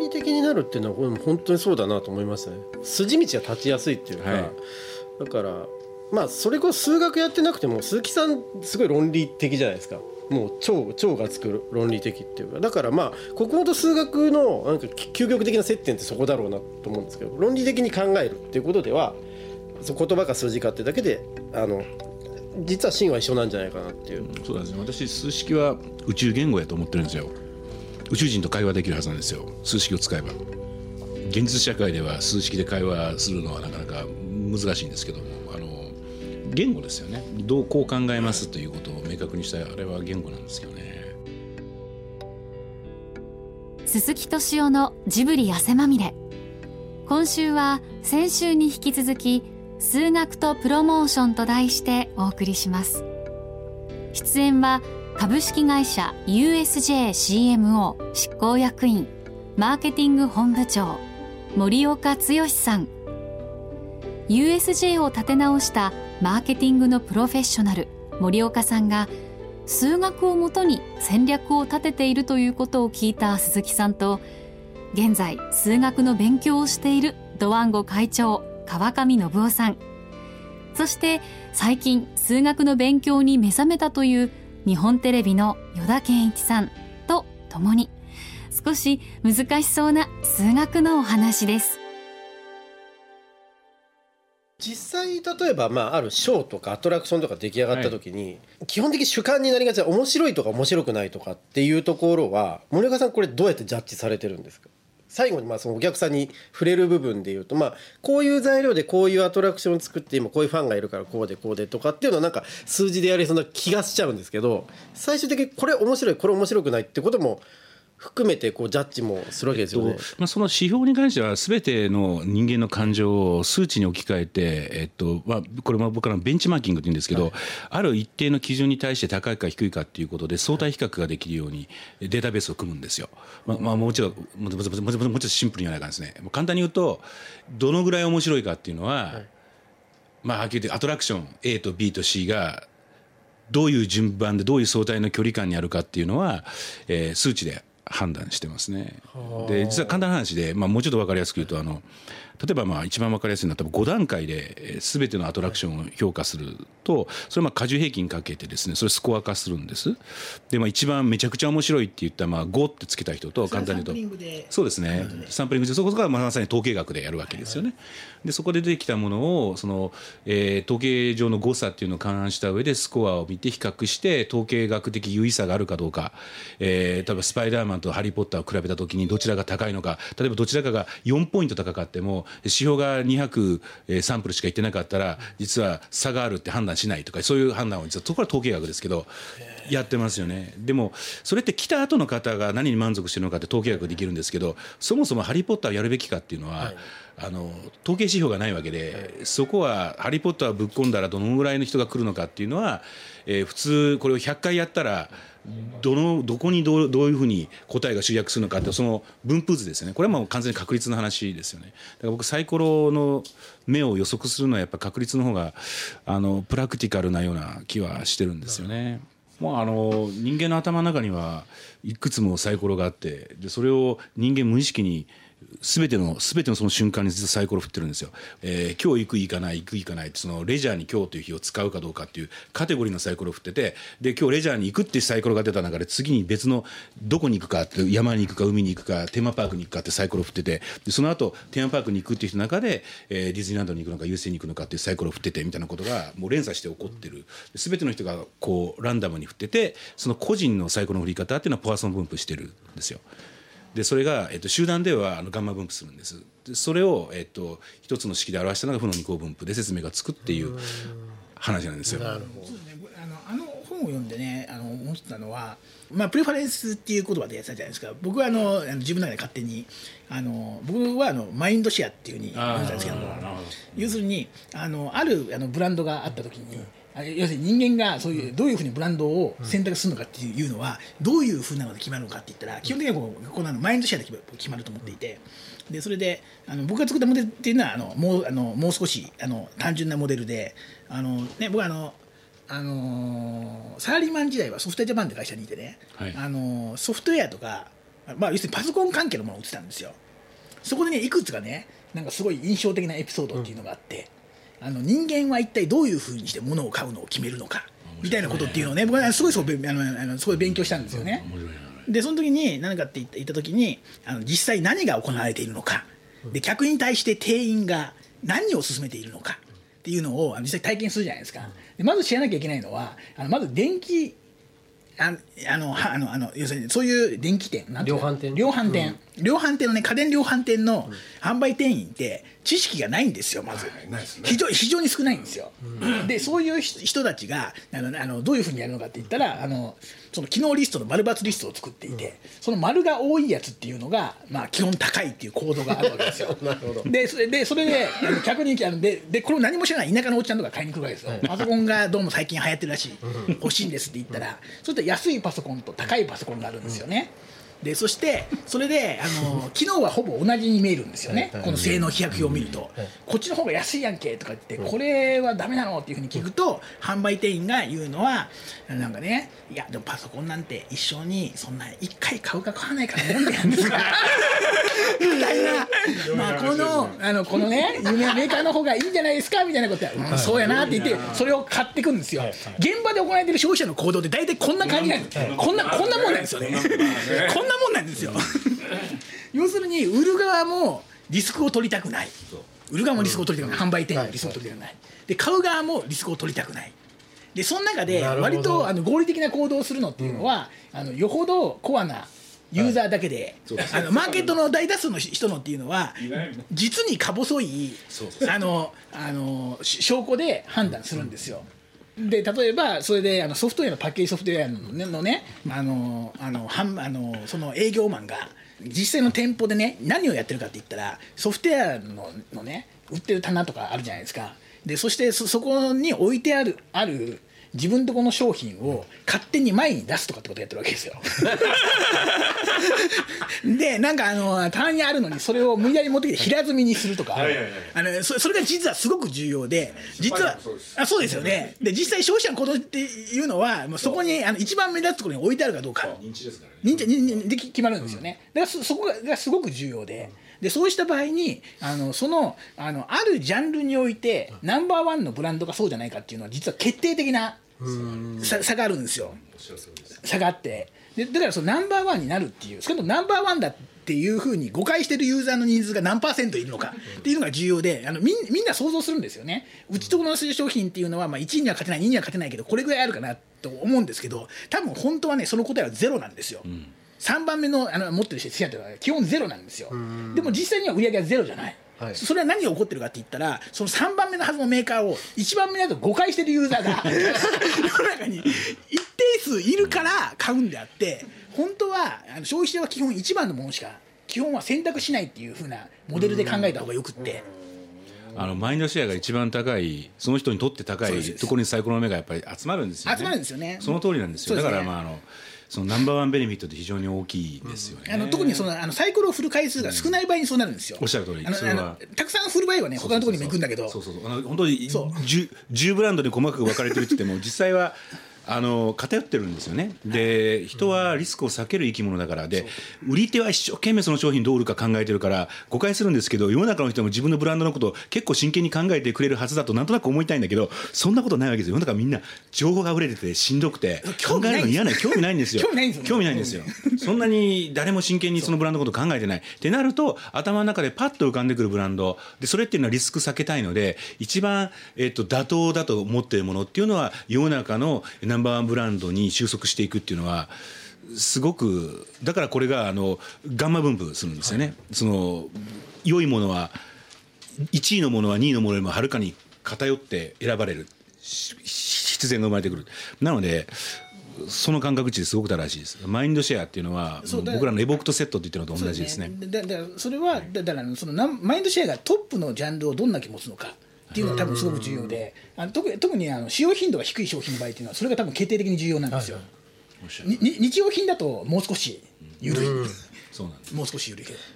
理的になるっていうのはこれ本当にそうだなと思いましたね。筋道が立ちやすいっていうか、だからまあそれこそ数学やってなくても鈴木さんすごい論理的じゃないですか。もう超がつく論理的っていうか、だからまあ国語と数学のなんか究極的な接点ってそこだろうなと思うんですけど、論理的に考えるっていうことでは言葉か数字かってだけで実は真は一緒なんじゃないかなっていう。 そうですね。私数式は宇宙言語やと思ってるんですよ。宇宙人と会話できるはずなんですよ、数式を使えば。現実社会では数式で会話するのはなかなか難しいんですけども、言語ですよね。こう考えますということを明確にしたあれは言語なんですけどね。 鈴木敏夫のジブリ汗まみれ。今週は先週に引き続き数学とプロモーションと題してお送りします。出演は株式会社 USJ-CMO 執行役員マーケティング本部長森岡剛さん、 USJ を立て直したマーケティングのプロフェッショナル森岡さんが数学をもとに戦略を立てているということを聞いた鈴木さんと、現在数学の勉強をしているドワンゴ会長川上信夫さん、そして最近数学の勉強に目覚めたという日本テレビの依田健一さんと共に少し難しそうな数学のお話です。 実際例えばあるショーとかアトラクションとか出来上がった時に、基本的に主観になりがちな面白いとか面白くないとかっていうところは森岡さんこれどうやってジャッジされてるんですか？最後にそのお客さんに触れる部分でいうと、こういう材料でこういうアトラクションを作って今こういうファンがいるからこうでこうでとかっていうのはなんか数字でやりそうな気がしちゃうんですけど、最終的にこれ面白いこれ面白くないってことも含めてジャッジもするわけですよね。 その指標に関しては全ての人間の感情を数値に置き換えて、これも僕らのベンチマーキングというんですけど、ある一定の基準に対して高いか低いかっていうことで相対比較ができるようにデータベースを組むんですよ。もうちょっとシンプルにはないかんですね。簡単に言うとどのぐらい面白いかっていうのは、はっきり言ってアトラクション A と B と C がどういう順番でどういう相対の距離感にあるかっていうのは、数値で判断してますね。で実は簡単な話で、もうちょっと分かりやすく言うと例えば一番分かりやすいのは多分5段階で全てのアトラクションを評価すると、それ加重平均かけてですね、それスコア化するんです。で一番めちゃくちゃ面白いって言ったら5ってつけた人と、簡単に言うとそうですね、サンプリングでそこがまさに統計学でやるわけですよね。でそこで出てきたものを統計上の誤差っていうのを勘案した上でスコアを見て比較して統計学的有意差があるかどうか、例えばスパイダーマンとハリー・ポッターを比べた時にどちらが高いのか、例えばどちらかが4ポイント高かっても指標が200サンプルしかいってなかったら実は差があるって判断しないとか、そういう判断を実はそこは統計学ですけどやってますよね。でもそれって来た後の方が何に満足してるのかって統計学できるんですけど、そもそもハリー・ポッターをやるべきかっていうのは、統計指標がないわけで、そこはハリー・ポッターをぶっ込んだらどのぐらいの人が来るのかっていうのは、普通これを100回やったらどこにどういうふうに答えが集約するのかって、その分布図ですよね。これはもう完全に確率の話ですよね。だから僕サイコロの目を予測するのはやっぱ確率の方がプラクティカルなような気はしてるんですよね。人間の頭の中にはいくつもサイコロがあって、でそれを人間無意識に全てのその瞬間に実はサイコロ振ってるんですよ。今日行く行かない行く行かないって、そのレジャーに今日という日を使うかどうかっていうカテゴリーのサイコロ振ってて、で今日レジャーに行くっていうサイコロが出た中で次に別のどこに行くかって、山に行くか海に行くかテーマパークに行くかってサイコロ振ってて、でその後テーマパークに行くっていう人の中で、ディズニーランドに行くのか USJ に行くのかっていうサイコロ振っててみたいなことがもう連鎖して起こってる。全ての人がランダムに振ってて、その個人のサイコロの振り方っていうのはポワソン分布してるんですよ。でそれが、集団ではガンマ分布するんです。でそれを、一つの式で表したのが負の二項分布で説明がつくっていう話なんですよ。 なるほど。 本を読んでね思ったのは、プレファレンスっていう言葉でやってたじゃないですか。僕は自分の中で勝手に僕はマインドシェアっていうふうに言ったんですけども、要するにあるブランドがあった時に、要するに人間がそういうどういうふうにブランドを選択するのかっていうのはどういうふうなので決まるのかって言ったら、基本的にはこのマインドシェアで決まると思っていて、でそれで僕が作ったモデルっていうのはもう少し単純なモデルで、僕はサラリーマン時代はソフトウェアジャパンって会社にいてね、ソフトウェアとかまあ、要するにパソコン関係のものを売ってたんですよ。そこでねいくつかねなんかすごい印象的なエピソードっていうのがあって、人間は一体どういうふうにして物を買うのを決めるのかみたいなことっていうのをね僕はすごいすごい勉強したんですよね。でその時に何かって言った時に実際何が行われているのかで客に対して店員が何を勧めているのかっていうのを実際体験するじゃないですか。でまず知らなきゃいけないのはまず電気要するにそういう電気店量販店のね家電量販店の販売店員って知識がないんですよまず、非常に少ないんですよ、でそういう人たちがどういうふうにやるのかって言ったらその機能リストの丸×リストを作っていて、その丸が多いやつっていうのが、まあ、基本高いっていう構造があるわけですよなるほど。 でそれで客にでこれを何も知らない田舎のおっちゃんとか買いに来るわけですよ、パソコンがどうも最近流行ってるらしい欲しいんですって言ったらそれと安いパソコンと高いパソコンがあるんですよね。でそしてそれで機能はほぼ同じに見えるんですよね、この性能比較表を見ると、こっちの方が安いやんけとか言ってこれはダメなのっていうふうに聞くと販売店員が言うのはなんかね、いやでもパソコンなんて一生にそんな1回買うか買わないかの問題なんですからみたいな、まあ、このね有名なメーカーの方がいいんじゃないですかみたいなことは、そうやなって言ってそれを買っていくんですよ。現場で行われている消費者の行動って大体こんな感じなんです、こんなもんなんですよねこんなもんなんですよ要するに売る側もリスクを取りたくない、売る側もリスクを取りたくない、販売店もリスクを取りたくないで買う側もリスクを取りたくないでその中で割と合理的な行動をするのっていうのは、よほどコアなユーザーだけで、マーケットの大多数の人のっていうのは実にか細い証拠で判断するんですよ。で例えばそれでソフトウェアのパッケージソフトウェアのねその営業マンが実際の店舗でね何をやってるかって言ったらソフトウェアのね売ってる棚とかあるじゃないですか。でそしてそこに置いてある自分とこの商品を勝手に前に出すとかってことやってるわけですよでなんか棚にあるのにそれを無理やり持ってきて平積みにするとか、それが実はすごく重要で、実はそうですよね。で実際消費者の行動っていうのはもうそこに一番目立つところに置いてあるかどうか認知ですからね、認知で決まるんですよね。だからそこがすごく重要で、そうした場合にあるジャンルにおいてナンバーワンのブランドがそうじゃないかっていうのは実は決定的な差があるんですよ。差があってだからそのナンバーワンになるっていう、しかもナンバーワンだっていうふうに誤解してるユーザーの人数が何%いるのかっていうのが重要で、みんな想像するんですよね。うちとこの商品っていうのは1位には勝てない2位には勝てないけどこれぐらいあるかなと思うんですけど、多分本当はねその答えはゼロなんですよ。3番目の持ってるシェアっていうのは基本ゼロなんですよ。でも実際には売り上げはゼロじゃない。それは何が起こってるかって言ったら、その3番目のはずのメーカーを1番目だと誤解してるユーザーが世の中に一定数いるから買うんであって、本当は消費者は基本1番のものしか基本は選択しないっていう風なモデルで考えた方がよくって、 マインドシェアが一番高い、その人にとって高いところにサイコロの目がやっぱり集まるんですよね。 集まるんですよね。 その通りなんですよ。だからそのナンバーワンベネフィットって非常に大きいですよね。 特にサイコロを振る回数が少ない場合にそうなるんですよ。 おっしゃる通り。 たくさん振る場合はね他のところにも行くんだけど、 本当に10ブランドに細かく分かれてるって言っても実際は偏ってるんですよね。で人はリスクを避ける生き物だから、で売り手は一生懸命その商品どう売るか考えてるから誤解するんですけど、世の中の人も自分のブランドのことを結構真剣に考えてくれるはずだとなんとなく思いたいんだけど、そんなことないわけですよ。世の中みんな情報が溢れててしんどくて考えるの嫌な興味ないんですよ興味ないんですよ。そんなに誰も真剣にそのブランドのことを考えてないってなると、頭の中でパッと浮かんでくるブランドで、それっていうのはリスク避けたいので一番妥当だと思っているものっていうのは世の中のナンバーワンブランドに収束していくっていうのはすごく、だからこれがガンマ分布するんですよね。その良いものは1位のものは2位のものよりもはるかに偏って選ばれる必然が生まれてくる。なのでその感覚値ですごく正しいです。マインドシェアっていうのは僕らのエボクトセットって言ってるのと同じですね。 それはだからマインドシェアがトップのジャンルをどんだけ持つのかっていうのは多分すごく重要で、特に使用頻度が低い商品の場合っていうのはそれが多分決定的に重要なんですよ。日用品だともう少し緩い、 そうなんです。 もう少し緩いけど。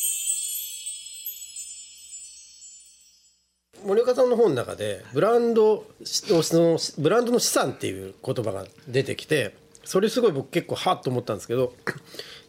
森岡さんの本の中でブランドの資産っていう言葉が出てきて、それすごい僕結構はっと思ったんですけど、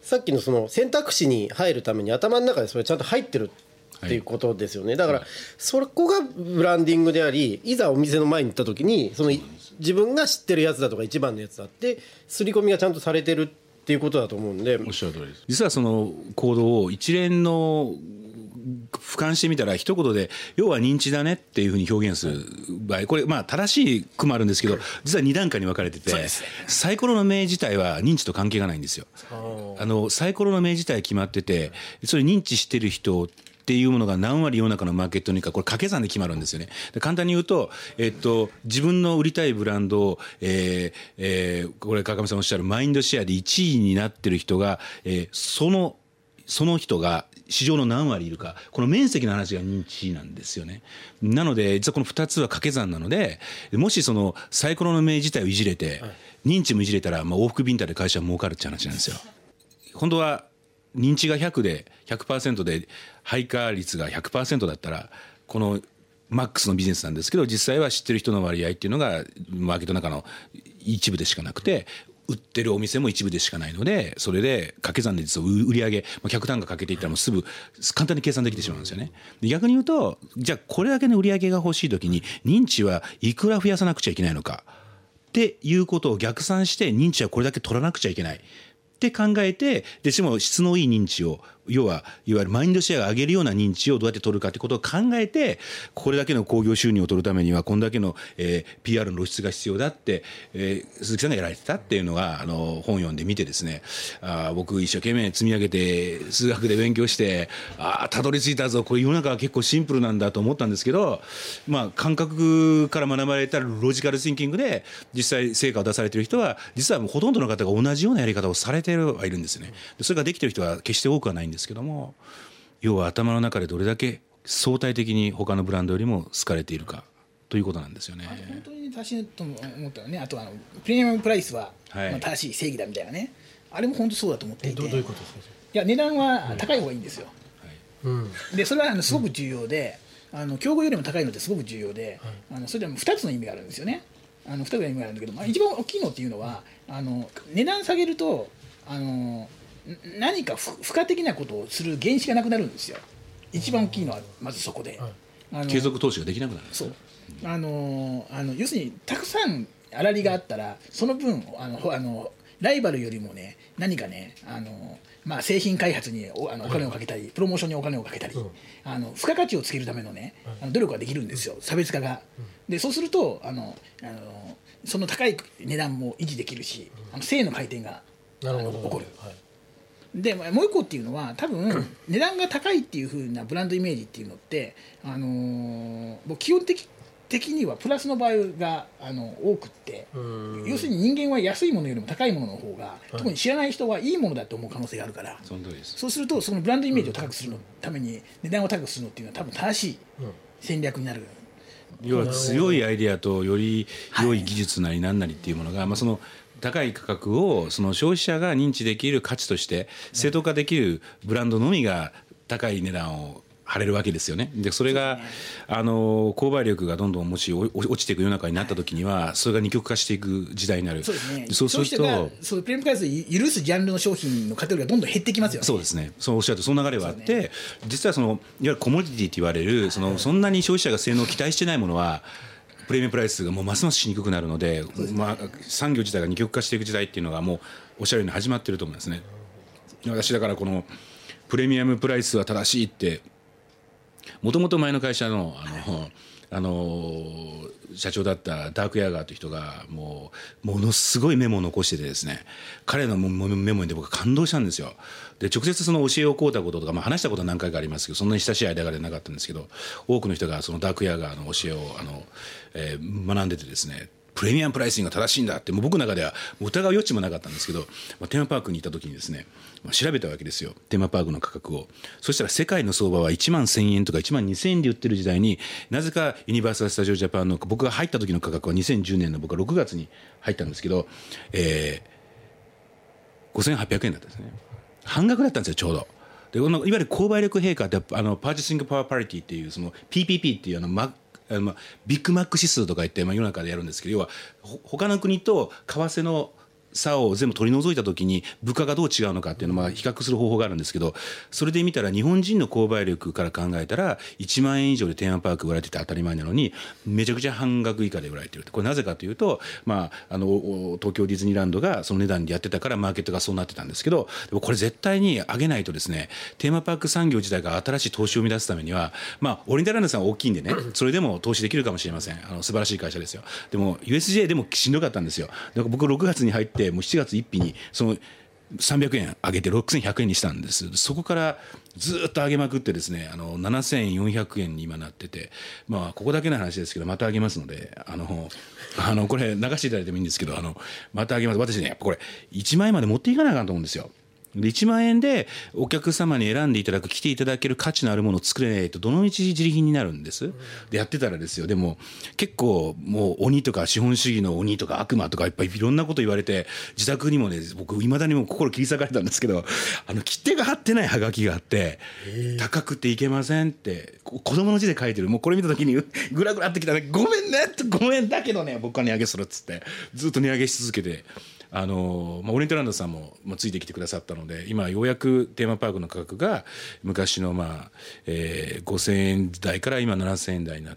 さっきのその選択肢に入るために頭の中でそれちゃんと入ってるっていうことですよね。だからそこがブランディングであり、いざお店の前に行った時にその自分が知ってるやつだとか一番のやつだって刷り込みがちゃんとされてるっていうことだと思うんで。 おっしゃる通りです。実はその行動を一連の俯瞰してみたら一言で要は認知だねっていうふうに表現する場合、これまあ正しい句もあるんですけど、実は2段階に分かれてて、サイコロの目自体は認知と関係がないんですよ。サイコロの目自体決まってて、それ認知してる人っていうものが何割世の中のマーケットにか、これ掛け算で決まるんですよね。で簡単に言うと、自分の売りたいブランドを、これ川上さんおっしゃるマインドシェアで1位になってる人が、その人が市場の何割いるか、この面積の話が認知なんですよね。なので実はこの2つは掛け算なので、もしそのサイコロの目自体をいじれて、認知もいじれたら、往復ビンタで会社は儲かるって話なんですよ。本当は認知が100で 100% で配下率が 100% だったらこのマックスのビジネスなんですけど、実際は知ってる人の割合っていうのがマーケットの中の一部でしかなくて、売ってるお店も一部でしかないので、それで掛け算で実は売り上げ客単価かけていったらもうすぐ簡単に計算できてしまうんですよね。逆に言うと、じゃあこれだけの売り上げが欲しい時に認知はいくら増やさなくちゃいけないのかっていうことを逆算して、認知はこれだけ取らなくちゃいけないって考えて、でしかも質のいい認知を、要はいわゆるマインドシェアが上げるような認知をどうやって取るかってことを考えて、これだけの興行収入を取るためにはこんだけの、PR の露出が必要だって、鈴木さんがやられてたっていうのが本読んで見てですね、僕一生懸命積み上げて数学で勉強してたどり着いたぞ、これ世の中は結構シンプルなんだと思ったんですけど、感覚から学ばれたロジカルシンキングで実際成果を出されている人は、実はもうほとんどの方が同じようなやり方をされてはいるんですよね。でそれができている人は決して多くはないんですけども、要は頭の中でどれだけ相対的に他のブランドよりも好かれているかということなんですよね。 本当に正しいと思ったのね。あとプレミアムプライスは、正しい正義だみたいなね、あれも本当そうだと思っていて。 どういうことですか？ いや値段は高い方がいいんですよ。でそれはすごく重要で、競合よりも高いのってすごく重要で、それでも2つの意味があるんですよね。2つの意味があるんだけど、一番大きいのっていうのは値段下げると何か付加的なことをする原資がなくなるんですよ。一番大きいのはまずそこで、 継続投資ができなくなるんです。 そう要するにたくさん粗利があったら、その分ライバルよりもね、何かね製品開発にお金をかけたり、プロモーションにお金をかけたり、付加価値をつけるためのね努力ができるんですよ、差別化が。でそうするとその高い値段も維持できるし、正の回転が起こる。でもう一個っていうのは、多分値段が高いっていう風なブランドイメージっていうのって、基本的にはプラスの場合が多くって、要するに人間は安いものよりも高いものの方が、特に知らない人はいいものだと思う可能性があるから、そうするとそのブランドイメージを高くするために値段を高くするのっていうのは多分正しい戦略になる。 要は強いアイデアとより良い技術なり何なりっていうものが、その高い価格をその消費者が認知できる価値として正当化できるブランドのみが高い値段を張れるわけですよね。でそれが購買力がどんどんもし落ちていく世の中になった時には、それが二極化していく時代になる。 そうですね。 そうすると消費者がプレミアムプライスで許すジャンルの商品のカテゴリーがどんどん減ってきますよね。 そうですね。そうおっしゃるとその流れはあって、実はそのいわゆるコモディティと言われるそんなに消費者が性能を期待してないものはプレミアムプライスがもうますますしにくくなるので、産業自体が二極化していく時代っていうのがもうおっしゃるように始まってると思うんですね。私だからこのプレミアムプライスは正しいって、もともと前の会社の社長だったダークヤーガーという人がものすごいメモを残しててですね、彼のメモに僕は感動したんですよ。で直接その教えを請うたこととか、話したことは何回かありますけど、そんなに親しい間柄でなかったんですけど、多くの人がそのダークヤーガーの教えを学んでてですね、プレミアムプライシングが正しいんだって、もう僕の中では疑う余地もなかったんですけど、テーマパークに行った時にですね、調べたわけですよ、テーマパークの価格を。そしたら世界の相場は1万1000円とか1万2000円で売ってる時代に、なぜかユニバーサル・スタジオ・ジャパンの僕が入った時の価格は2010年の僕は6月に入ったんですけど、5800円だったんですね。半額だったんですよ、ちょうど。でいわゆる購買力陛下ってパーチェシングパワーパリティっていう、その PPP っていうビッグマック指数とか言って、世の中でやるんですけど、要は他の国と為替の差を全部取り除いた時に物価がどう違うのかっていうのを比較する方法があるんですけど、それで見たら日本人の購買力から考えたら1万円以上でテーマパーク売られてて当たり前なのにめちゃくちゃ半額以下で売られてる。これなぜかというと、東京ディズニーランドがその値段でやってたからマーケットがそうなってたんですけど、でもこれ絶対に上げないとですね、テーマパーク産業自体が新しい投資を生み出すためには、オリエンタルランドさんは大きいんでね、それでも投資できるかもしれません。素晴らしい会社ですよ。でも USJ でもしんどかったんですよ。だから僕6月に入ってもう7月1日にその300円上げて6100円にしたんです。そこからずっと上げまくってですね、7400円に今なってて、ここだけの話ですけどまた上げますので、これ流していただいてもいいんですけど、また上げます。私ね、やっぱこれ1万円まで持っていかなあかんと思うんですよ。で1万円でお客様に選んでいただく、来ていただける価値のあるものを作れないとどのみち自利品になるんです。でやってたらですよ、でも結構もう鬼とか資本主義の鬼とか悪魔とかいっぱいいろんなこと言われて、自宅にもね、僕いまだにも心切り裂かれたんですけど、切手が貼ってないハガキがあって、高くていけませんって子供の字で書いてる。もうこれ見た時にグラグラってきたら、ごめんねって、ごめんだけどね僕は値上げするっつってずっと値上げし続けて、オリエンタルランドさんもついてきてくださったので、今ようやくテーマパークの価格が昔の5000円台から今7000円台になって、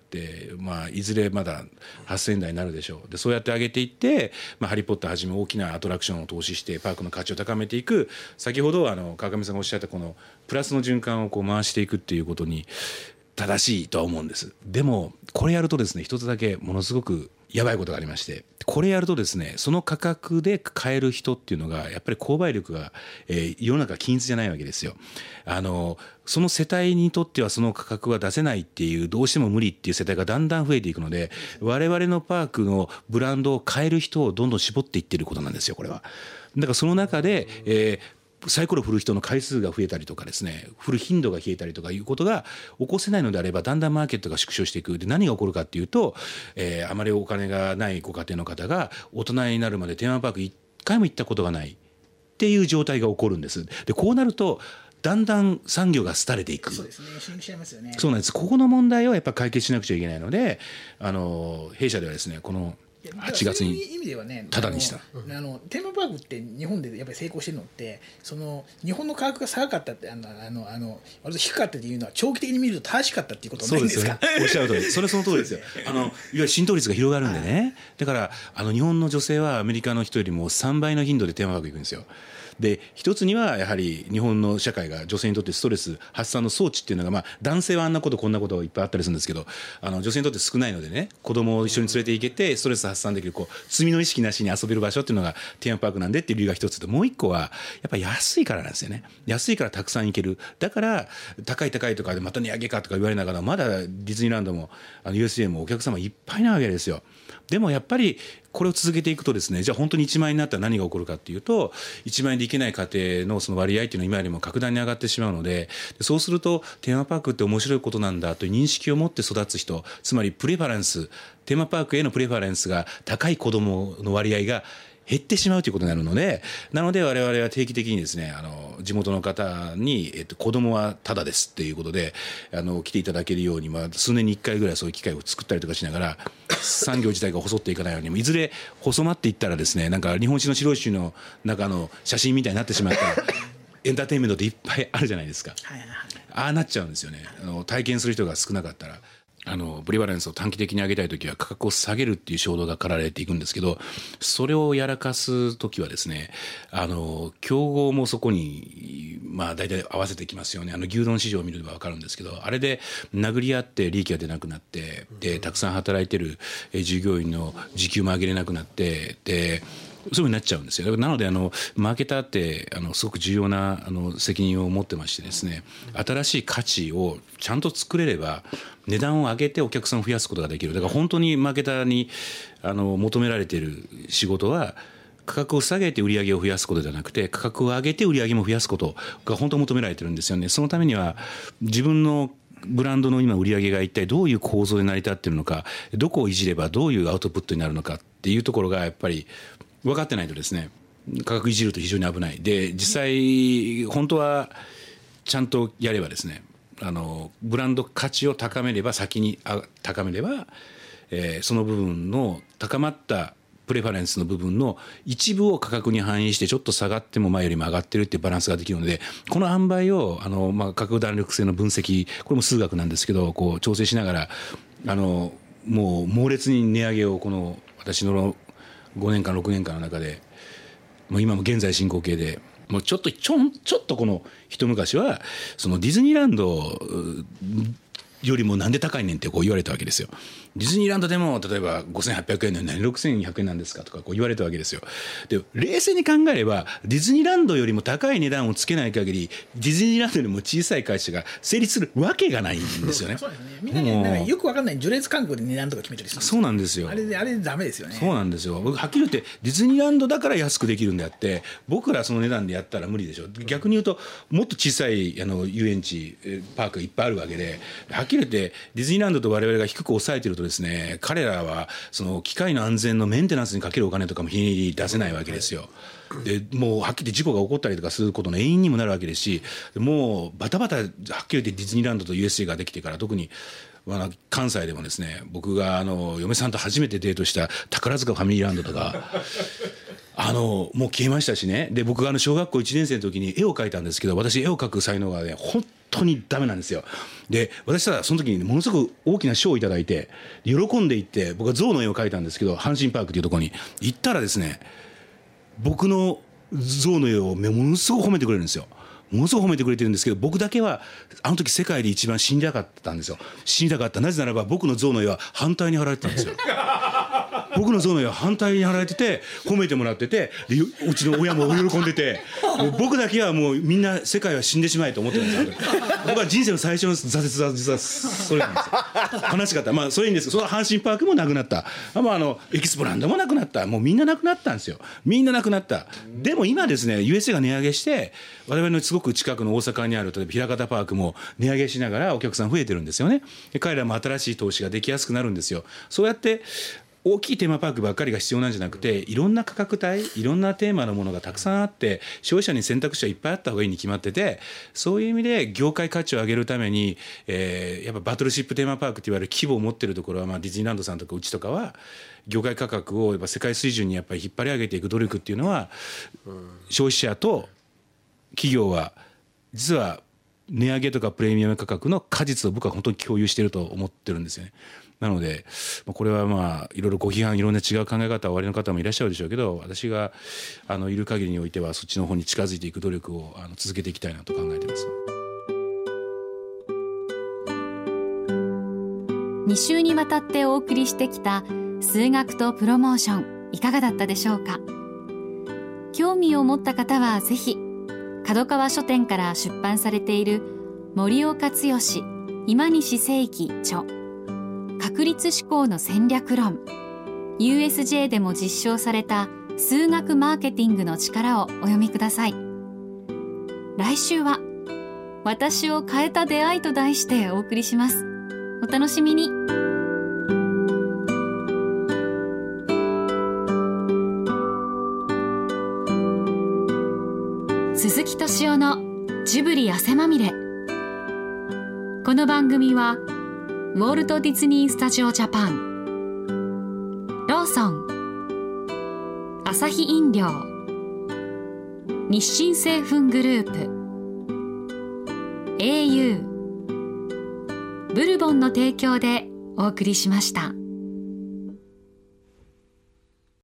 いずれまだ8000円台になるでしょう。でそうやって上げていって、ハリーポッターはじめ大きなアトラクションを投資してパークの価値を高めていく、先ほど川上さんがおっしゃったこのプラスの循環を回していくっていうことに正しいとは思うんです。でもこれやるとですね、一つだけものすごくやばいことがありまして、これやるとですね、その価格で買える人っていうのがやっぱり購買力が、世の中均一じゃないわけですよ。その世帯にとってはその価格は出せないっていう、どうしても無理っていう世帯がだんだん増えていくので、我々のパークのブランドを買える人をどんどん絞っていってることなんですよ、これは。だからその中で、サイコロ振る人の回数が増えたりとかですね、振る頻度が消えたりとかいうことが起こせないのであれば、だんだんマーケットが縮小していく。で何が起こるかっていうと、あまりお金がないご家庭の方が大人になるまでテーマパーク1回も行ったことがないっていう状態が起こるんです。でこうなるとだんだん産業が廃れていく。 そうですね、死んじゃいますよね。 そうなんです。ここの問題をやっぱ解決しなくちゃいけないので、弊社ではですね、この8月にタダにした。 テーマパークって日本でやっぱり成功してるのって、その日本の価格が高かったって割と低かったっていうのは長期的に見ると正しかったっていうことないんですか。 そうですよね、おっしゃる通り、それはその通りですよ。いわゆる浸透率が広がるんでね、だから日本の女性はアメリカの人よりも3倍の頻度でテーマパーク行くんですよ。で一つにはやはり日本の社会が女性にとってストレス発散の装置っていうのが、男性はあんなことこんなこといっぱいあったりするんですけど、女性にとって少ないのでね、子供を一緒に連れて行けてストレス発散できる罪の意識なしに遊べる場所っていうのがテーマパークなんでっていう理由が一つと、もう一個はやっぱり安いからなんですよね。安いからたくさん行ける。だから高いとかでまた値上げかとか言われながら、まだディズニーランドもUSJ もお客様いっぱいなわけですよ。でもやっぱりこれを続けていくとですね、じゃあ本当に1万円になったら何が起こるかっていうと、1万円でいけない家庭のその割合っていうのは今よりも格段に上がってしまうので、そうするとテーマパークって面白いことなんだという認識を持って育つ人、つまりプレファレンス、テーマパークへのプレファレンスが高い子どもの割合が減ってしまうということになるので、我々は定期的にですね、地元の方に、子供はタダですっていうことで来ていただけるように、数年に1回ぐらいそういう機会を作ったりとかしながら産業自体が細っていかないように、いずれ細まっていったらですね、なんか日本史の白石の中の写真みたいになってしまったエンターテインメントっていっぱいあるじゃないですか。ああなっちゃうんですよね。体験する人が少なかったら。プリバレンスを短期的に上げたいときは価格を下げるっていう衝動が駆られていくんですけど、それをやらかすときはですね、競合もそこに大体合わせてきますよね。牛丼市場を見れば分かるんですけど、あれで殴り合って利益が出なくなって、でたくさん働いてる従業員の時給も上げれなくなって、でそういう風になっちゃうんですよ。なのでマーケターってすごく重要な責任を持ってましてですね、新しい価値をちゃんと作れれば値段を上げてお客さんを増やすことができる。だから本当にマーケターに求められている仕事は、価格を下げて売り上げを増やすことではなくて、価格を上げて売り上げも増やすことが本当に求められてるんですよね。そのためには自分のブランドの今売り上げが一体どういう構造で成り立っているのか、どこをいじればどういうアウトプットになるのかっていうところがやっぱり分かってないとですね、価格いじると非常に危ない。で実際本当はちゃんとやればですね、ブランド価値を高めれば、先に高めれば、その部分の高まったプレファレンスの部分の一部を価格に反映してちょっと下がっても前よりも上がってるっていうバランスができるので、この塩梅を価格弾力性の分析、これも数学なんですけど、こう調整しながらもう猛烈に値上げをこの私の5年間6年間の中でもう今も現在進行形で、もうちょっとこの一昔はそのディズニーランドよりもなんで高いねんってこう言われたわけですよ。ディズニーランドでも例えば5800円の何6200円なんですかとかこう言われたわけですよ。で冷静に考えればディズニーランドよりも高い値段をつけない限りディズニーランドよりも小さい会社が成立するわけがないんですよね。 そうですね。みんなね、なんかよく分かんない序列感覚で値段とか決めたりするんですよ。 そうなんですよ。 あれダメですよね。 そうなんですよ。僕はっきり言ってディズニーランドだから安くできるんであって、僕らその値段でやったら無理でしょ。逆に言うともっと小さい遊園地パークがいっぱいあるわけで、はっきり言ってディズニーランドと我々が低く抑えてるとですね、彼らはその機械の安全のメンテナンスにかけるお金とかも日に出せないわけですよ。でもうはっきり言って事故が起こったりとかすることの永遠にもなるわけですし、もうバタバタはっきり言ってディズニーランドと USJ ができてから特に関西でもですね、僕が嫁さんと初めてデートした宝塚ファミリーランドとかもう消えましたしね。で僕が小学校1年生の時に絵を描いたんですけど、私絵を描く才能がね本当にダメなんですよ。で私はその時にものすごく大きな賞をいただいて喜んでいって、僕は象の絵を描いたんですけど、阪神パークというところに行ったらですね、僕の象の絵をものすごく褒めてくれるんですよ。ものすごく褒めてくれてるんですけど、僕だけはあの時世界で一番死にたかったんですよ。死にたかった。なぜならば僕の象の絵は反対に貼られてたんですよ。僕の象の絵は反対に貼られてて褒めてもらってて、でうちの親も喜んでて、もう僕だけはもうみんな世界は死んでしまえと思ってるんですよ。僕は人生の最初の挫折は実はそれなんですよ。悲しかった。それいいんですけど、その阪神パークもなくなった。エキスポランドもなくなった。もうみんななくなったんですよ。みんななくなった。でも今ですね USJ が値上げして我々のすごく近くの大阪にある例えば枚方パークも値上げしながらお客さん増えてるんですよね。で彼らも新しい投資ができやすくなるんですよ。そうやって大きいテーマパークばっかりが必要なんじゃなくて、いろんな価格帯、いろんなテーマのものがたくさんあって消費者に選択肢はいっぱいあった方がいいに決まってて、そういう意味で業界価値を上げるために、やっぱバトルシップテーマパークといわれる規模を持っているところは、ディズニーランドさんとかうちとかは業界価格をやっぱ世界水準にやっぱり引っ張り上げていく努力っていうのは、消費者と企業は実は値上げとかプレミアム価格の果実を僕は本当に共有していると思ってるんですよね。なのでこれはいろいろご批判、いろんな違う考え方おありの方もいらっしゃるでしょうけど、私がいる限りにおいてはそっちの方に近づいていく努力を続けていきたいなと考えています。 2週にわたってお送りしてきた数学とプロモーション、いかがだったでしょうか。興味を持った方はぜひ角川書店から出版されている森岡剛今西正規著確率思考の戦略論、 USJ でも実証された数学マーケティングの力をお読みください。来週は私を変えた出会いと題してお送りします。お楽しみに。鈴木敏夫のジブリ汗まみれ。この番組はウォルト・ディズニー・スタジオ・ジャパン、ローソン、アサヒ飲料、日清製粉グループ、au、ブルボンの提供でお送りしました。